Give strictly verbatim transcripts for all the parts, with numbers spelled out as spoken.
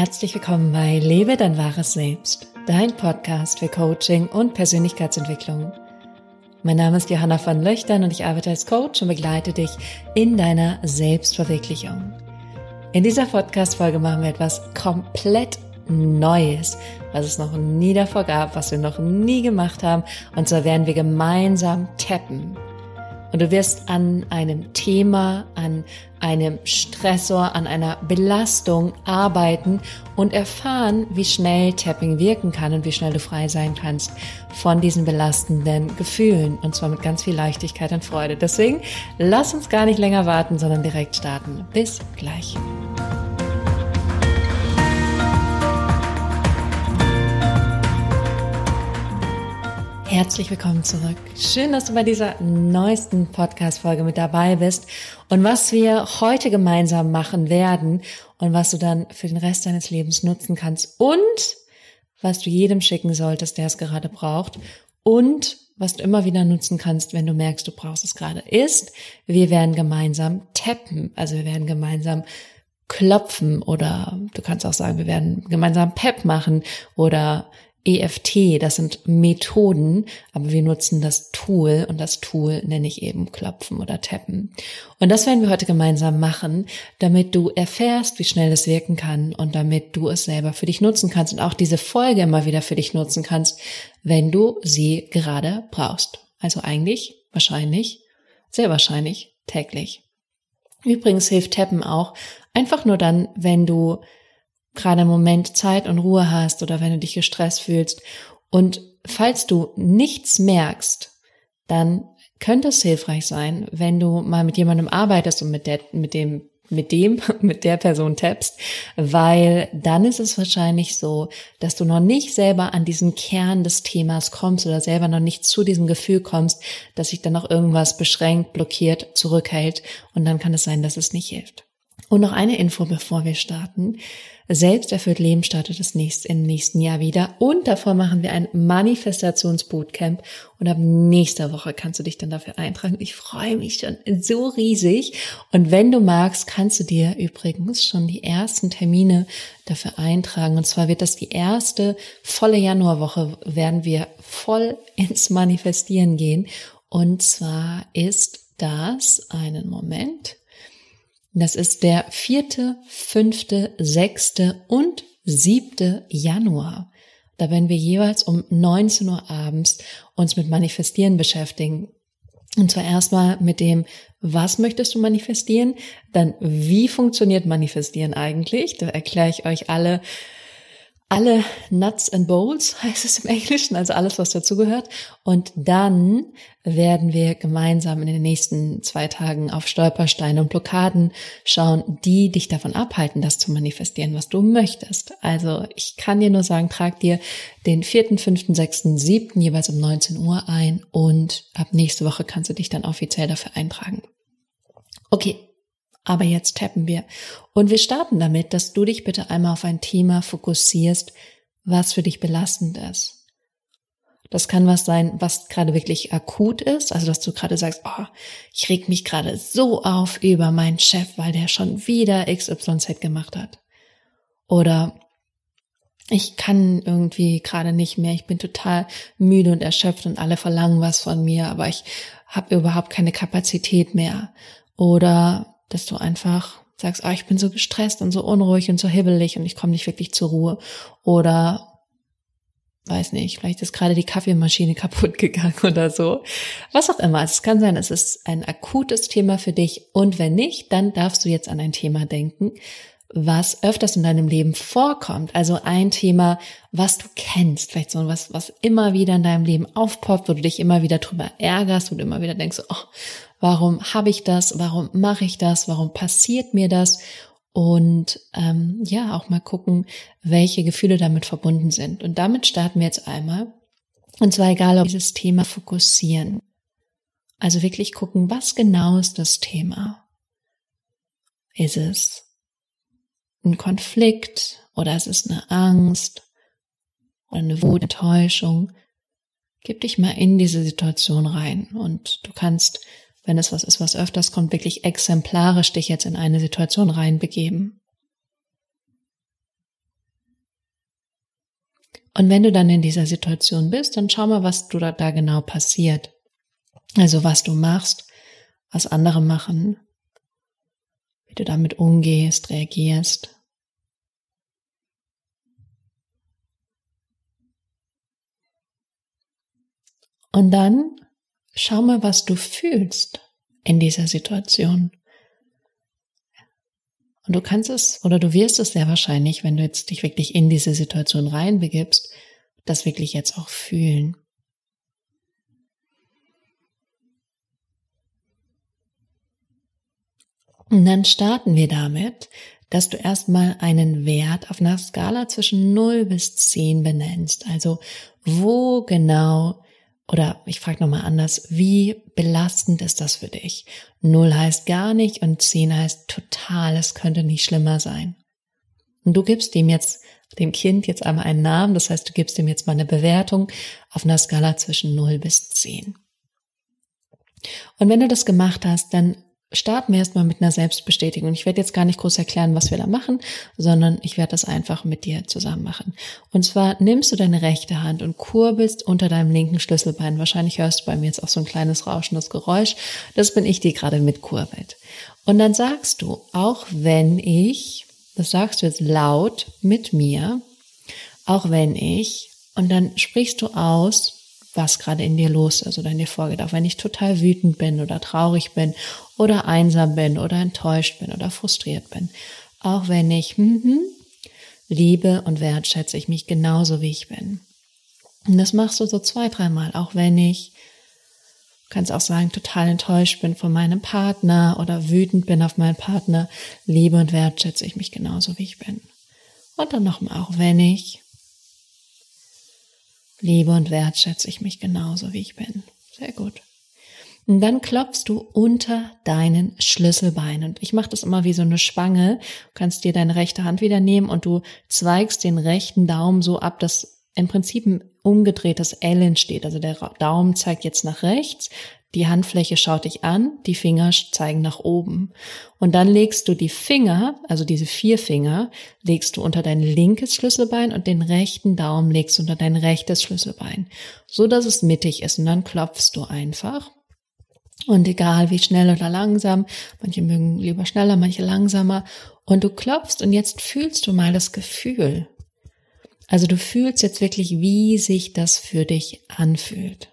Herzlich willkommen bei Lebe dein wahres Selbst, dein Podcast für Coaching und Persönlichkeitsentwicklung. Mein Name ist Johanna von Löchtern und ich arbeite als Coach und begleite dich in deiner Selbstverwirklichung. In dieser Podcast-Folge machen wir etwas komplett Neues, was es noch nie davor gab, was wir noch nie gemacht haben. Und zwar werden wir gemeinsam tappen. Und du wirst an einem Thema, an einem Stressor, an einer Belastung arbeiten und erfahren, wie schnell Tapping wirken kann und wie schnell du frei sein kannst von diesen belastenden Gefühlen. Und zwar mit ganz viel Leichtigkeit und Freude. Deswegen lass uns gar nicht länger warten, sondern direkt starten. Bis gleich. Herzlich willkommen zurück. Schön, dass du bei dieser neuesten Podcast-Folge mit dabei bist. Und was wir heute gemeinsam machen werden und was du dann für den Rest deines Lebens nutzen kannst und was du jedem schicken solltest, der es gerade braucht und was du immer wieder nutzen kannst, wenn du merkst, du brauchst es gerade, ist, wir werden gemeinsam tappen. Also wir werden gemeinsam klopfen oder du kannst auch sagen, wir werden gemeinsam Pep machen oder E F T, das sind Methoden, aber wir nutzen das Tool und das Tool nenne ich eben Klopfen oder Tappen. Und das werden wir heute gemeinsam machen, damit du erfährst, wie schnell es wirken kann und damit du es selber für dich nutzen kannst und auch diese Folge immer wieder für dich nutzen kannst, wenn du sie gerade brauchst. Also eigentlich, wahrscheinlich, sehr wahrscheinlich täglich. Übrigens hilft Tappen auch einfach nur dann, wenn du gerade im Moment Zeit und Ruhe hast oder wenn du dich gestresst fühlst. Und falls du nichts merkst, dann könnte es hilfreich sein, wenn du mal mit jemandem arbeitest und mit der, mit dem, mit dem, mit der Person tappst, weil dann ist es wahrscheinlich so, dass du noch nicht selber an diesen Kern des Themas kommst oder selber noch nicht zu diesem Gefühl kommst, dass sich dann noch irgendwas beschränkt, blockiert, zurückhält und dann kann es sein, dass es nicht hilft. Und noch eine Info, bevor wir starten. Selbsterfüllt Leben startet das nächste, im nächsten Jahr wieder. Und davor machen wir ein Manifestationsbootcamp. Und ab nächster Woche kannst du dich dann dafür eintragen. Ich freue mich schon so riesig. Und wenn du magst, kannst du dir übrigens schon die ersten Termine dafür eintragen. Und zwar wird das die erste volle Januarwoche, werden wir voll ins Manifestieren gehen. Und zwar ist das, einen Moment, das ist der vierte, fünfte, sechste und siebte Januar. Da werden wir jeweils um neunzehn Uhr abends uns mit Manifestieren beschäftigen. Und zwar erstmal mit dem, was möchtest du manifestieren? Dann, wie funktioniert Manifestieren eigentlich? Da erkläre ich euch alle Alle Nuts and Bolts heißt es im Englischen, also alles, was dazugehört. Und dann werden wir gemeinsam in den nächsten zwei Tagen auf Stolpersteine und Blockaden schauen, die dich davon abhalten, das zu manifestieren, was du möchtest. Also ich kann dir nur sagen, trag dir den vierten, fünften, sechsten, siebten jeweils um neunzehn Uhr ein und ab nächste Woche kannst du dich dann offiziell dafür eintragen. Okay. Aber jetzt tappen wir. Und wir starten damit, dass du dich bitte einmal auf ein Thema fokussierst, was für dich belastend ist. Das kann was sein, was gerade wirklich akut ist, also dass du gerade sagst, oh, ich reg mich gerade so auf über meinen Chef, weil der schon wieder X Y Z gemacht hat. Oder ich kann irgendwie gerade nicht mehr, ich bin total müde und erschöpft und alle verlangen was von mir, aber ich habe überhaupt keine Kapazität mehr. Oder dass du einfach sagst, ah, ich bin so gestresst und so unruhig und so hibbelig und ich komme nicht wirklich zur Ruhe. Oder, weiß nicht, vielleicht ist gerade die Kaffeemaschine kaputt gegangen oder so. Was auch immer. Es kann sein, es ist ein akutes Thema für dich. Und wenn nicht, dann darfst du jetzt an ein Thema denken, was öfters in deinem Leben vorkommt. Also ein Thema, was du kennst. Vielleicht so was, was immer wieder in deinem Leben aufpoppt, wo du dich immer wieder drüber ärgerst, wo du immer wieder denkst, oh, warum habe ich das? Warum mache ich das? Warum passiert mir das? Und ähm, ja, auch mal gucken, welche Gefühle damit verbunden sind. Und damit starten wir jetzt einmal. Und zwar egal, ob dieses Thema fokussieren. Also wirklich gucken, was genau ist das Thema? Ist es ein Konflikt oder ist es eine Angst oder eine Wut, Enttäuschung? Gib dich mal in diese Situation rein und du kannst, wenn es was ist, was öfters kommt, wirklich exemplarisch dich jetzt in eine Situation reinbegeben. Und wenn du dann in dieser Situation bist, dann schau mal, was du da, da genau passiert. Also was du machst, was andere machen, wie du damit umgehst, reagierst. Und dann schau mal, was du fühlst in dieser Situation. Und du kannst es, oder du wirst es sehr wahrscheinlich, wenn du jetzt dich wirklich in diese Situation reinbegibst, das wirklich jetzt auch fühlen. Und dann starten wir damit, dass du erstmal einen Wert auf einer Skala zwischen null bis zehn benennst. Also wo genau, oder ich frage nochmal anders, wie belastend ist das für dich? null heißt gar nicht und zehn heißt total, es könnte nicht schlimmer sein. Und du gibst dem jetzt, dem Kind jetzt einmal einen Namen, das heißt, du gibst ihm jetzt mal eine Bewertung auf einer Skala zwischen null bis zehn. Und wenn du das gemacht hast, dann starten wir erstmal mit einer Selbstbestätigung. Ich werde jetzt gar nicht groß erklären, was wir da machen, sondern ich werde das einfach mit dir zusammen machen. Und zwar nimmst du deine rechte Hand und kurbelst unter deinem linken Schlüsselbein. Wahrscheinlich hörst du bei mir jetzt auch so ein kleines rauschendes Geräusch. Das bin ich, die gerade mitkurbelt. Und dann sagst du, auch wenn ich, das sagst du jetzt laut mit mir, auch wenn ich, und dann sprichst du aus, was gerade in dir los ist oder in dir vorgeht. Auch wenn ich total wütend bin oder traurig bin oder einsam bin oder enttäuscht bin oder frustriert bin. Auch wenn ich hm, hm, liebe und wertschätze ich mich genauso, wie ich bin. Und das machst du so zwei, dreimal. Auch wenn ich, du kannst auch sagen, total enttäuscht bin von meinem Partner oder wütend bin auf meinen Partner, liebe und wertschätze ich mich genauso, wie ich bin. Und dann nochmal, auch wenn ich liebe und wertschätze ich mich genauso, wie ich bin. Sehr gut. Und dann klopfst du unter deinen Schlüsselbein. Und ich mache das immer wie so eine Spange. Du kannst dir deine rechte Hand wieder nehmen und du zweigst den rechten Daumen so ab, dass im Prinzip ein umgedrehtes L entsteht. Also der Daumen zeigt jetzt nach rechts, die Handfläche schaut dich an, die Finger zeigen nach oben. Und dann legst du die Finger, also diese vier Finger, legst du unter dein linkes Schlüsselbein und den rechten Daumen legst du unter dein rechtes Schlüsselbein, so dass es mittig ist. Und dann klopfst du einfach. Und egal wie schnell oder langsam, manche mögen lieber schneller, manche langsamer. Und du klopfst und jetzt fühlst du mal das Gefühl. Also du fühlst jetzt wirklich, wie sich das für dich anfühlt.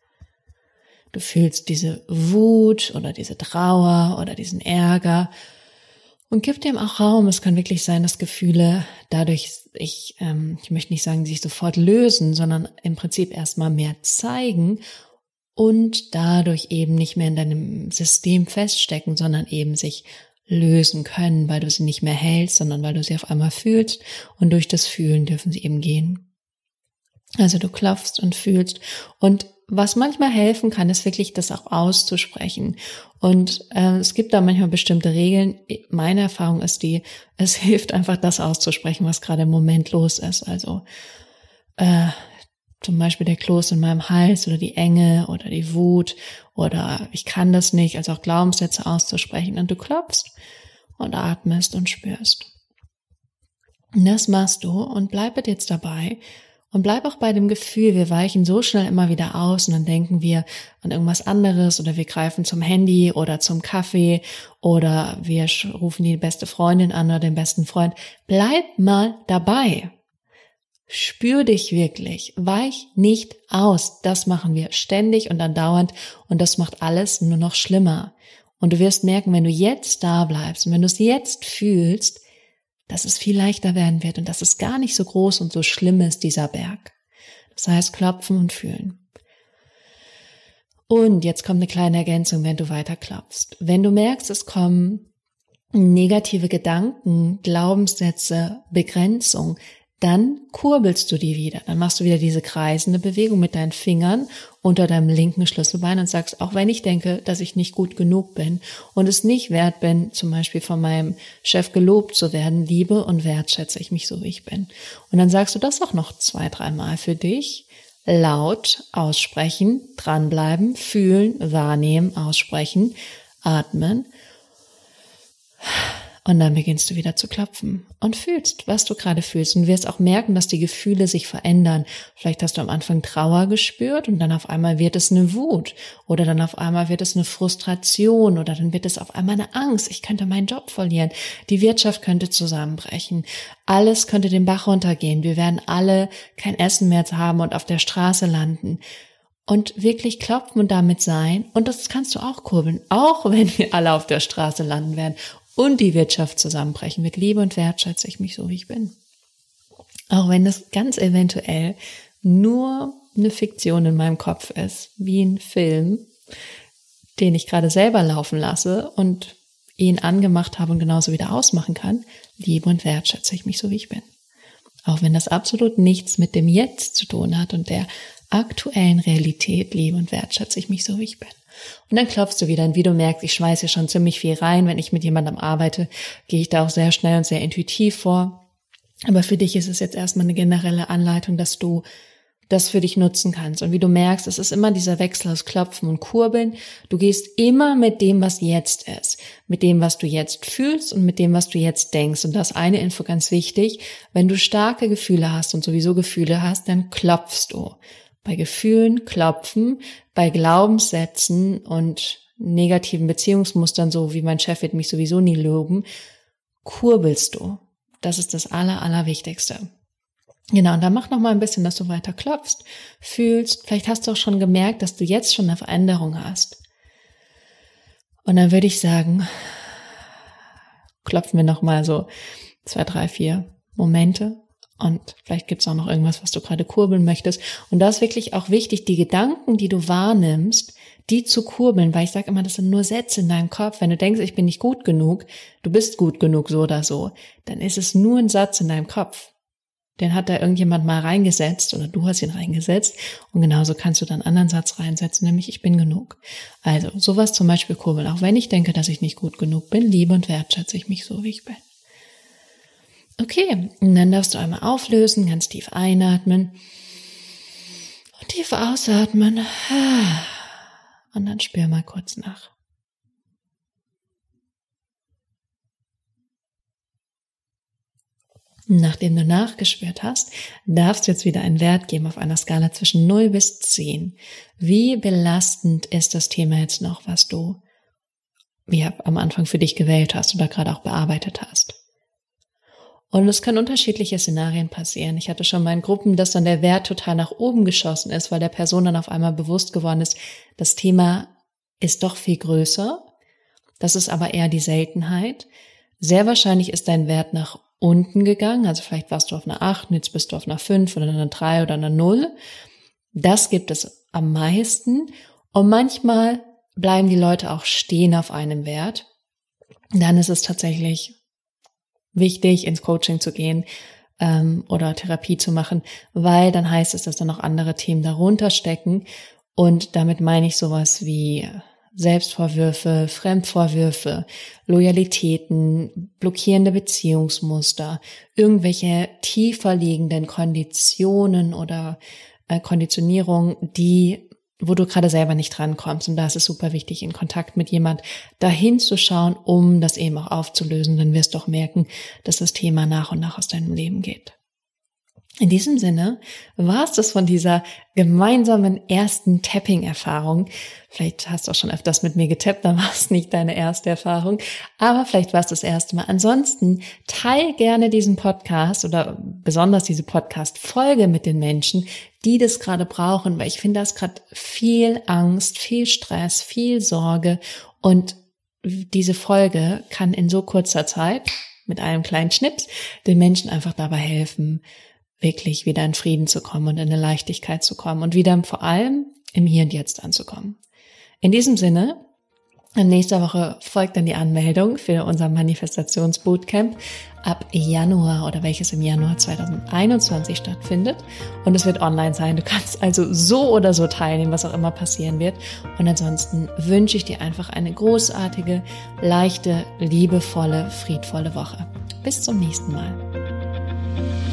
Du fühlst diese Wut oder diese Trauer oder diesen Ärger und gib dem auch Raum. Es kann wirklich sein, dass Gefühle dadurch, ich, ähm, ich möchte nicht sagen, sich sofort lösen, sondern im Prinzip erstmal mehr zeigen und dadurch eben nicht mehr in deinem System feststecken, sondern eben sich lösen können, weil du sie nicht mehr hältst, sondern weil du sie auf einmal fühlst und durch das Fühlen dürfen sie eben gehen. Also du klopfst und fühlst und was manchmal helfen kann, ist wirklich das auch auszusprechen. Und äh, es gibt da manchmal bestimmte Regeln. Meine Erfahrung ist die, es hilft einfach das auszusprechen, was gerade im Moment los ist. Also äh, zum Beispiel der Kloß in meinem Hals oder die Enge oder die Wut oder ich kann das nicht, also auch Glaubenssätze auszusprechen. Und du klopfst und atmest und spürst. Und das machst du und bleib jetzt dabei. Und bleib auch bei dem Gefühl, wir weichen so schnell immer wieder aus und dann denken wir an irgendwas anderes oder wir greifen zum Handy oder zum Kaffee oder wir rufen die beste Freundin an oder den besten Freund. Bleib mal dabei. Spür dich wirklich. Weich nicht aus. Das machen wir ständig und andauernd und das macht alles nur noch schlimmer. Und du wirst merken, wenn du jetzt da bleibst und wenn du es jetzt fühlst, dass es viel leichter werden wird und dass es gar nicht so groß und so schlimm ist, dieser Berg. Das heißt, klopfen und fühlen. Und jetzt kommt eine kleine Ergänzung, wenn du weiter klopfst. Wenn du merkst, es kommen negative Gedanken, Glaubenssätze, Begrenzung, dann kurbelst du die wieder. Dann machst du wieder diese kreisende Bewegung mit deinen Fingern unter deinem linken Schlüsselbein und sagst, auch wenn ich denke, dass ich nicht gut genug bin und es nicht wert bin, zum Beispiel von meinem Chef gelobt zu werden, liebe und wertschätze ich mich so, wie ich bin. Und dann sagst du das auch noch zwei, dreimal für dich. Laut aussprechen, dranbleiben, fühlen, wahrnehmen, aussprechen, atmen. Und dann beginnst du wieder zu klopfen und fühlst, was du gerade fühlst. Und du wirst auch merken, dass die Gefühle sich verändern. Vielleicht hast du am Anfang Trauer gespürt und dann auf einmal wird es eine Wut. Oder dann auf einmal wird es eine Frustration. Oder dann wird es auf einmal eine Angst. Ich könnte meinen Job verlieren. Die Wirtschaft könnte zusammenbrechen. Alles könnte den Bach runtergehen. Wir werden alle kein Essen mehr haben und auf der Straße landen. Und wirklich klopfen und damit sein. Und das kannst du auch kurbeln. Auch wenn wir alle auf der Straße landen werden. Und die Wirtschaft zusammenbrechen. Mit Liebe und wertschätze ich mich so, wie ich bin. Auch wenn das ganz eventuell nur eine Fiktion in meinem Kopf ist, wie ein Film, den ich gerade selber laufen lasse und ihn angemacht habe und genauso wieder ausmachen kann. Liebe und wertschätze ich mich so, wie ich bin. Auch wenn das absolut nichts mit dem Jetzt zu tun hat und der aktuellen Realität, liebe und wertschätze ich mich so, wie ich bin. Und dann klopfst du wieder und wie du merkst, ich schmeiße hier schon ziemlich viel rein. Wenn ich mit jemandem arbeite, gehe ich da auch sehr schnell und sehr intuitiv vor. Aber für dich ist es jetzt erstmal eine generelle Anleitung, dass du das für dich nutzen kannst. Und wie du merkst, es ist immer dieser Wechsel aus Klopfen und Kurbeln. Du gehst immer mit dem, was jetzt ist, mit dem, was du jetzt fühlst und mit dem, was du jetzt denkst. Und das eine Info ganz wichtig, wenn du starke Gefühle hast und sowieso Gefühle hast, dann klopfst du. Bei Gefühlen klopfen, bei Glaubenssätzen und negativen Beziehungsmustern, so wie mein Chef wird mich sowieso nie loben, kurbelst du. Das ist das Aller, Allerwichtigste. Genau, und dann mach noch mal ein bisschen, dass du weiter klopfst, fühlst. Vielleicht hast du auch schon gemerkt, dass du jetzt schon eine Veränderung hast. Und dann würde ich sagen, klopfen wir noch mal so zwei, drei, vier Momente. Und vielleicht gibt es auch noch irgendwas, was du gerade kurbeln möchtest. Und da ist wirklich auch wichtig, die Gedanken, die du wahrnimmst, die zu kurbeln, weil ich sage immer, das sind nur Sätze in deinem Kopf. Wenn du denkst, ich bin nicht gut genug, du bist gut genug so oder so, dann ist es nur ein Satz in deinem Kopf. Den hat da irgendjemand mal reingesetzt oder du hast ihn reingesetzt. Und genauso kannst du dann einen anderen Satz reinsetzen, nämlich ich bin genug. Also sowas zum Beispiel kurbeln. Auch wenn ich denke, dass ich nicht gut genug bin, liebe und wertschätze ich mich so, wie ich bin. Okay, und dann darfst du einmal auflösen, ganz tief einatmen und tief ausatmen. Und dann spür mal kurz nach. Nachdem du nachgespürt hast, darfst du jetzt wieder einen Wert geben auf einer Skala zwischen null bis zehn. Wie belastend ist das Thema jetzt noch, was du ja, am Anfang für dich gewählt hast oder gerade auch bearbeitet hast? Und es können unterschiedliche Szenarien passieren. Ich hatte schon mal in Gruppen, dass dann der Wert total nach oben geschossen ist, weil der Person dann auf einmal bewusst geworden ist, das Thema ist doch viel größer. Das ist aber eher die Seltenheit. Sehr wahrscheinlich ist dein Wert nach unten gegangen. Also vielleicht warst du auf einer acht und jetzt bist du auf einer fünf oder einer drei oder einer null. Das gibt es am meisten. Und manchmal bleiben die Leute auch stehen auf einem Wert. Dann ist es tatsächlich wichtig, ins Coaching zu gehen ähm, oder Therapie zu machen, weil dann heißt es, dass da noch andere Themen darunter stecken. Und damit meine ich sowas wie Selbstvorwürfe, Fremdvorwürfe, Loyalitäten, blockierende Beziehungsmuster, irgendwelche tiefer liegenden Konditionen oder äh, Konditionierungen, die wo du gerade selber nicht drankommst. Und da ist es super wichtig, in Kontakt mit jemand dahin zu schauen, um das eben auch aufzulösen. Dann wirst du auch merken, dass das Thema nach und nach aus deinem Leben geht. In diesem Sinne war es das von dieser gemeinsamen ersten Tapping-Erfahrung. Vielleicht hast du auch schon öfters mit mir getappt, dann war es nicht deine erste Erfahrung, aber vielleicht war es das erste Mal. Ansonsten teil gerne diesen Podcast oder besonders diese Podcast-Folge mit den Menschen, die das gerade brauchen, weil ich finde, da ist gerade viel Angst, viel Stress, viel Sorge und diese Folge kann in so kurzer Zeit mit einem kleinen Schnips den Menschen einfach dabei helfen, wirklich wieder in Frieden zu kommen und in eine Leichtigkeit zu kommen und wieder vor allem im Hier und Jetzt anzukommen. In diesem Sinne, nächste Woche folgt dann die Anmeldung für unser Manifestationsbootcamp ab Januar oder welches im Januar zweitausendeinundzwanzig stattfindet. Und es wird online sein. Du kannst also so oder so teilnehmen, was auch immer passieren wird. Und ansonsten wünsche ich dir einfach eine großartige, leichte, liebevolle, friedvolle Woche. Bis zum nächsten Mal.